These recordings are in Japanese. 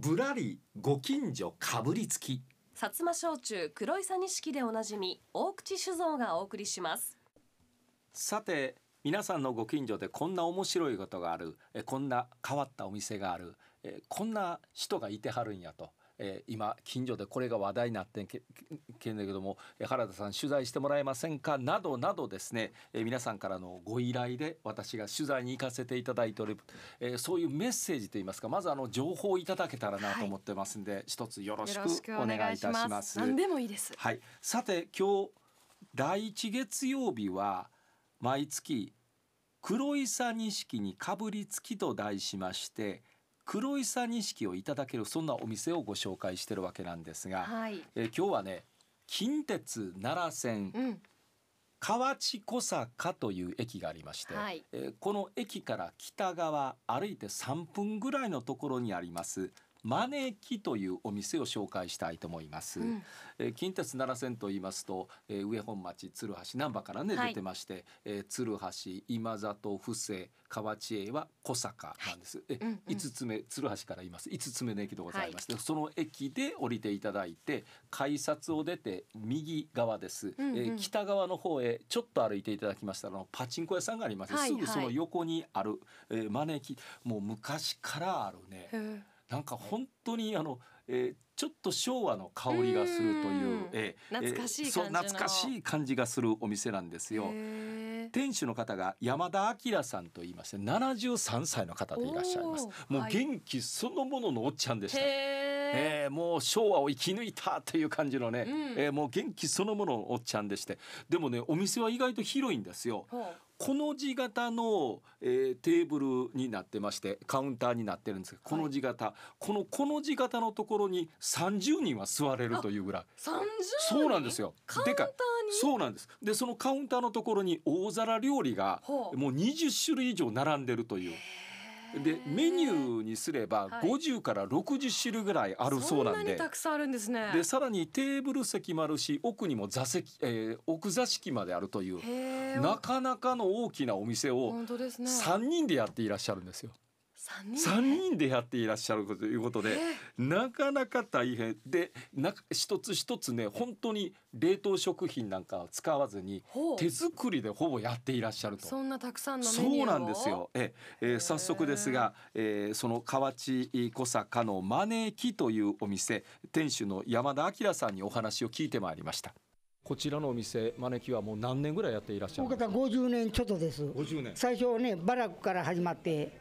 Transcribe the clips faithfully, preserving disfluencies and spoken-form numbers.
ぶらりご近所かぶりつき。 薩摩焼酎黒いさ錦でおなじみ大口酒造がお送りします。 さて皆さんのご近所でこんな面白いことがある、えこんな変わったお店がある、えこんな人がいてはるんやと、え今近所でこれが話題になってんけけんだけども、え原田さん取材してもらえませんかなどなどですね、え皆さんからのご依頼で私が取材に行かせていただいており、えそういうメッセージといいますか、まずあの情報をいただけたらなと思ってますんで、はい、一つよろしくお願いいたします。 何でもいいです。 はい、さて今日だいいち月曜日は毎月黒いさ錦にかぶりつきと題しまして、黒いさ錦をいただけるそんなお店をご紹介してるわけなんですが、はい、え今日はね近鉄奈良線、うん、河内小坂という駅がありまして、はい、えこの駅から北側歩いてさんぷんぐらいのところにあります招きというお店を紹介したいと思います、うん、え近鉄奈良線と言いますと、えー、上本町鶴橋難波からね、はい、出てまして、えー、鶴橋今里布施河内へは小坂なんです、はい、え、うんうん、いつつめ鶴橋から言いますいつつめの駅でございまして、はい、その駅で降りていただいて改札を出て右側です、うんうん、えー、北側の方へちょっと歩いていただきましたらパチンコ屋さんがあります、はい、すぐその横にある、えー、招き、もう昔からあるね、なんか本当にあの、えー、ちょっと昭和の香りがするという、えー、懐かしい感じの、そう懐かしい感じがするお店なんですよ。店主の方が山田明さんと言いましてななじゅうさんさいの方でいらっしゃいます。もう元気そのもののおっちゃんでした、はい、えー、もう昭和を生き抜いたという感じのね、うん、えー、もう元気そのもののおっちゃんでして、でもねお店は意外と広いんですよ。この字型の、えー、テーブルになってましてカウンターになってるんですが、この字型、はい、このこの字型のところにさんじゅうにんは座れるというぐらい。さんじゅうにん？そうなんですよ。カウンターに？でかそうなんです。でそのカウンターのところに大皿料理がもうにじゅっしゅるい以上並んでるという。でメニューにすればごじゅうからろくじゅっしゅるいぐらいあるそうなんで、そんなにたくさんあるんですね。でさらにテーブル席もあるし奥にも座席、えー、奥座敷まであるというなかなかの大きなお店をさんにんでやっていらっしゃるんですよ。さんにんでさんにんでやっていらっしゃるということで、なかなか大変で、な一つ一つね本当に冷凍食品なんかを使わずに手作りでほぼやっていらっしゃると。そんなたくさんのメニューを。そうなんですよ。え、えー、早速ですが、えー、その河内小坂の招きというお店、店主の山田明さんにお話を聞いてまいりました。こちらのお店招きはもう何年ぐらいやっていらっしゃるんですか？ ごじゅうねんちょっとです。 ごじゅうねん。 最初ねバラックから始まって、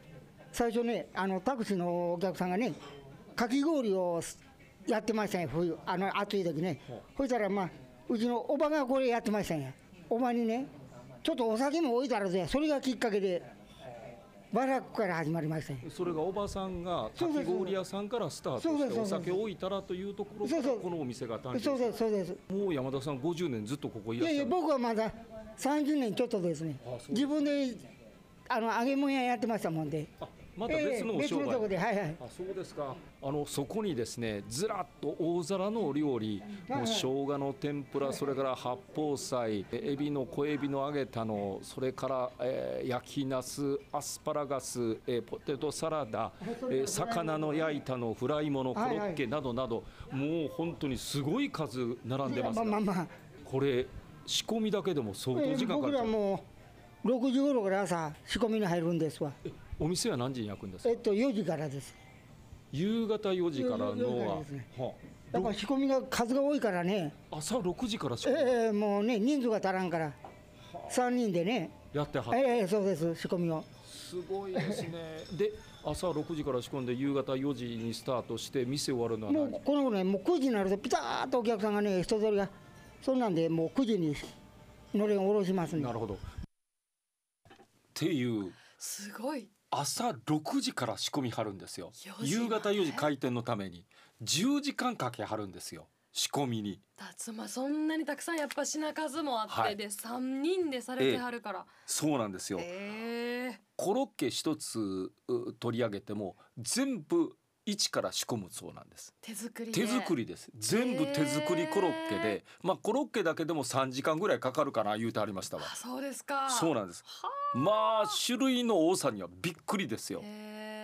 最初ねあのタクシーのお客さんがねかき氷をやってましたね、冬あの暑い時ね。そしたらまあうちのおばがこれやってましたね。おばにねちょっとお酒も置いたらぜ、それがきっかけでバラックから始まりましたね。 それがおばさんがかき氷屋さんからスタートしてお酒を置いたらというところからこのお店が誕生した。 そうですそうです。 もう山田さんごじゅうねんずっとここいらっしゃる？いやいや僕はまださんじゅうねんちょっとですね。ああ自分であの揚げ物屋やってましたもんで。 あまた別のお商売、えー、別のとこで、はいはい、 あそうですか。あのそこにですねずらっと大皿のお料理、もう生姜の天ぷら、それから八宝菜、エビの小エビの揚げたの、それから、えー、焼きナス、アスパラガス、えー、ポテトサラダ、えー、魚の焼いたの、フライもの、コロッケなどなど、もう本当にすごい数並んでますが、まあまあまあ、これ仕込みだけでも相当時間かかる。 僕らもうろくじ頃から朝仕込みに入るんですわ。 お店は何時に開くんですか？ えっとよじからです。 夕方よじからのは、 ね、はあ、やっぱ仕込みが数が多いからね。 朝ろくじから仕込み。 ええー、もうね人数が足らんから、はあ、さんにんでねやってはって。 ええー、そうです仕込みを。 すごいですね。で朝ろくじから仕込んで夕方よじにスタートして店終わるのは何時？ もうこのねもうくじになるとピタッとお客さんがね人通りがそんなんでもうくじにのれんを下ろしますね。 なるほど。っていうすごい。 朝ろくじから仕込みはるんですよ。夕方よじ開店のためにじゅうじかんかけはるんですよ仕込みに。 だつまそんなにたくさんやっぱ品数もあって、はい、でさんにんでされてはるから、えー、 そうなんですよ、 えー、 コロッケ一つ取り上げても全部一から仕込むそうなんです。 手作りで。 手作りです。全部手作りコロッケで、まあコロッケだけでもさんじかんぐらいかかるかな言うてありましたわ。 あ、そうですか。 そうなんです。まあ種類の多さにはびっくりですよ。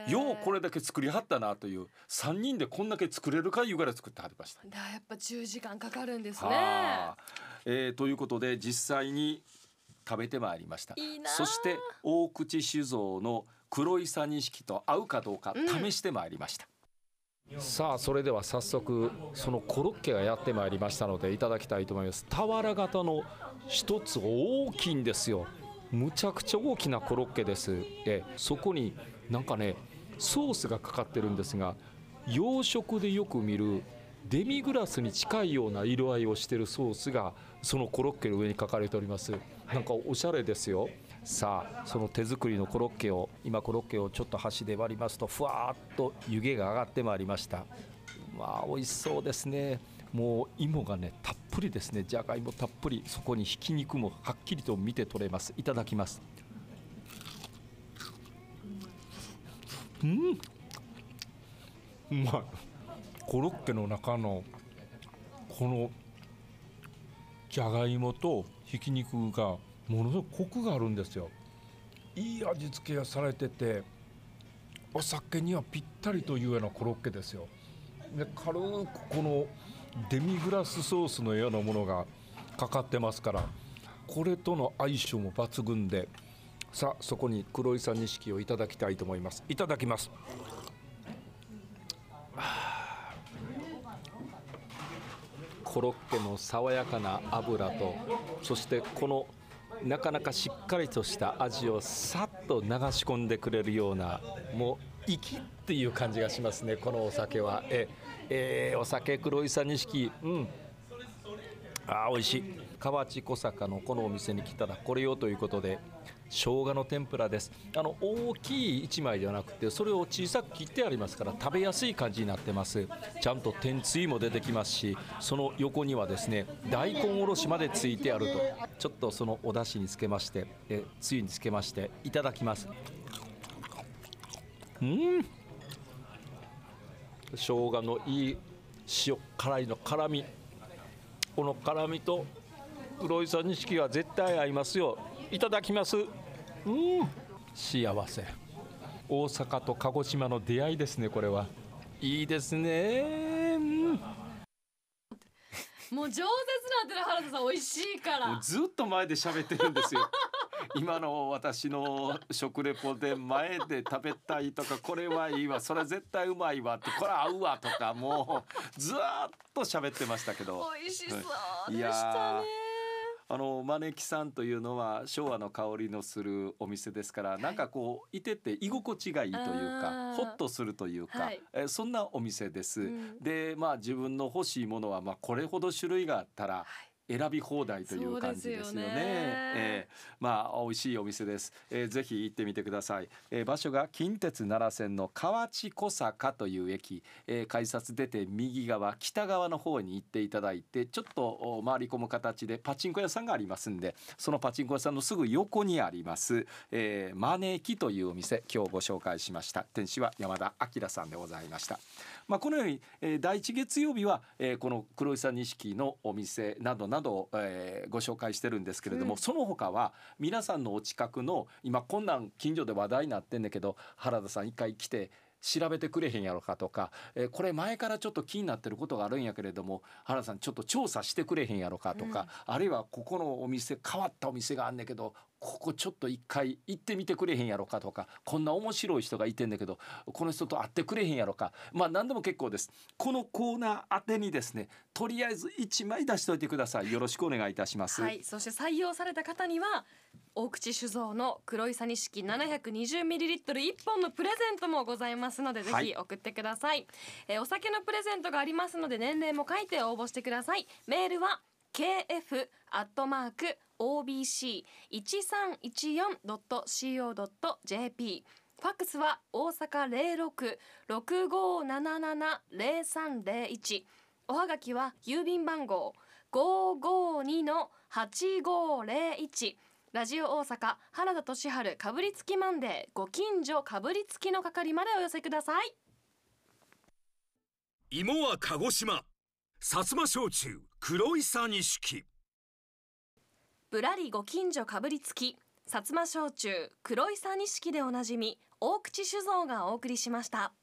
ようこれだけ作りはったなという、さんにんでこんだけ作れるかいうぐらい作ってはりました。 だやっぱじゅうじかんかかるんですね。 はあ、えー、ということで実際に食べてまいりました。 いいな。 そして大口酒造の黒いさ錦と合うかどうか試してまいりました、うん、さあそれでは早速そのコロッケがやってまいりましたのでいただきたいと思います。俵型の一つ大きいんですよ。むちゃくちゃ大きなコロッケです。でそこになんかねソースがかかってるんですが、洋食でよく見るデミグラスに近いような色合いをしているソースがそのコロッケの上に書かれております。なんかおしゃれですよ。さあその手作りのコロッケを今コロッケをちょっと箸で割りますとふわーっと湯気が上がってまいりました。まあ美味しそうですね。もう芋がねたっぷりですね。じゃがいもたっぷり、そこにひき肉もはっきりと見て取れます。いただきます。うん、うまい。コロッケの中のこのじゃがいもとひき肉がものすごくコクがあるんですよ。いい味付けがされててお酒にはぴったりというようなコロッケですよ。で軽くこのデミグラスソースのようなものがかかってますから、これとの相性も抜群で、さあそこに黒いさ錦をいただきたいと思います。いただきます。コロッケの爽やかな油と、そしてこのなかなかしっかりとした味をさっと流し込んでくれるような、もう粋っていう感じがしますね。このお酒はえ、えー、お酒黒いさ錦、うん、あー美味しい。河内小坂のこのお店に来たらこれよということで生姜の天ぷらです。あの大きいいちまいではなくて、それを小さく切ってありますから食べやすい感じになってます。ちゃんと天つゆも出てきますし、その横にはですね大根おろしまでついてあると。ちょっとそのお出汁につけまして、えつゆにつけましていただきます。うん、生姜のいい塩辛いの辛み、この辛みと黒いさ錦が絶対合いますよ。いただきます。うん、幸せ。大阪と鹿児島の出会いですね。これはいいですね、うん、 もう饒舌なってる原田さん美味しいから。 もうずっと前で喋ってるんですよ今の私の食レポで前で食べたいとか、これはいいわ、それ絶対うまいわって、これ合うわとか、もうずっと喋ってましたけど美味しそうでしたね。 あの招きさんというのは昭和の香りのするお店ですから、はい、なんかこういてて居心地がいいというかホッとするというか、はい、えそんなお店です、うん、でまあ自分の欲しいものはまあこれほど種類があったら、はい、選び放題という感じですよね。よね、えー、まあ美味しいお店です、えー、ぜひ行ってみてください、えー、場所が近鉄奈良線の河内小坂という駅、えー、改札出て右側北側の方に行っていただいて、ちょっと回り込む形でパチンコ屋さんがありますんで、そのパチンコ屋さんのすぐ横にあります、えー、招きというお店、今日ご紹介しました。店主は山田明さんでございました。まあ、このように、えー、だいいち月曜日は、えー、この黒いさ錦のお店などなど、えー、ご紹介してるんですけれども、うん、その他は皆さんのお近くの今こんなん近所で話題になってんだけど原田さん一回来て調べてくれへんやろかとか、えー、これ前からちょっと気になってることがあるんやけれども原田さんちょっと調査してくれへんやろかとか、うん、あるいはここのお店変わったお店があんねんけどここちょっと一回行ってみてくれへんやろかとか、こんな面白い人がいてんだけどこの人と会ってくれへんやろか、まあ何でも結構です。このコーナー宛てにですねとりあえずいちまい出しておいてください。よろしくお願いいたします。 はい、そして採用された方には大口酒造の黒いさ錦 ななひゃくにじゅうミリリットルいっぽんのプレゼントもございますので、ぜひ送ってください、はい、えー、お酒のプレゼントがありますので年齢も書いて応募してください。メールは ケーエフ アットマーク オービーシー いちさんいちよん ドット シーオー ドット ジェーピー、 ファックスは大阪 ゼロろく ろくごーなななな ゼロさんゼロいち、おはがきは郵便番号 ごーごーに はちごーゼロいち、ラジオ大阪原田俊治かぶりつきマンデーご近所かぶりつきの係までお寄せください。 芋は鹿児島薩摩焼酎黒いさ錦、 ぶらりご近所かぶりつき薩摩焼酎黒いさ錦でおなじみ大口酒造がお送りしました。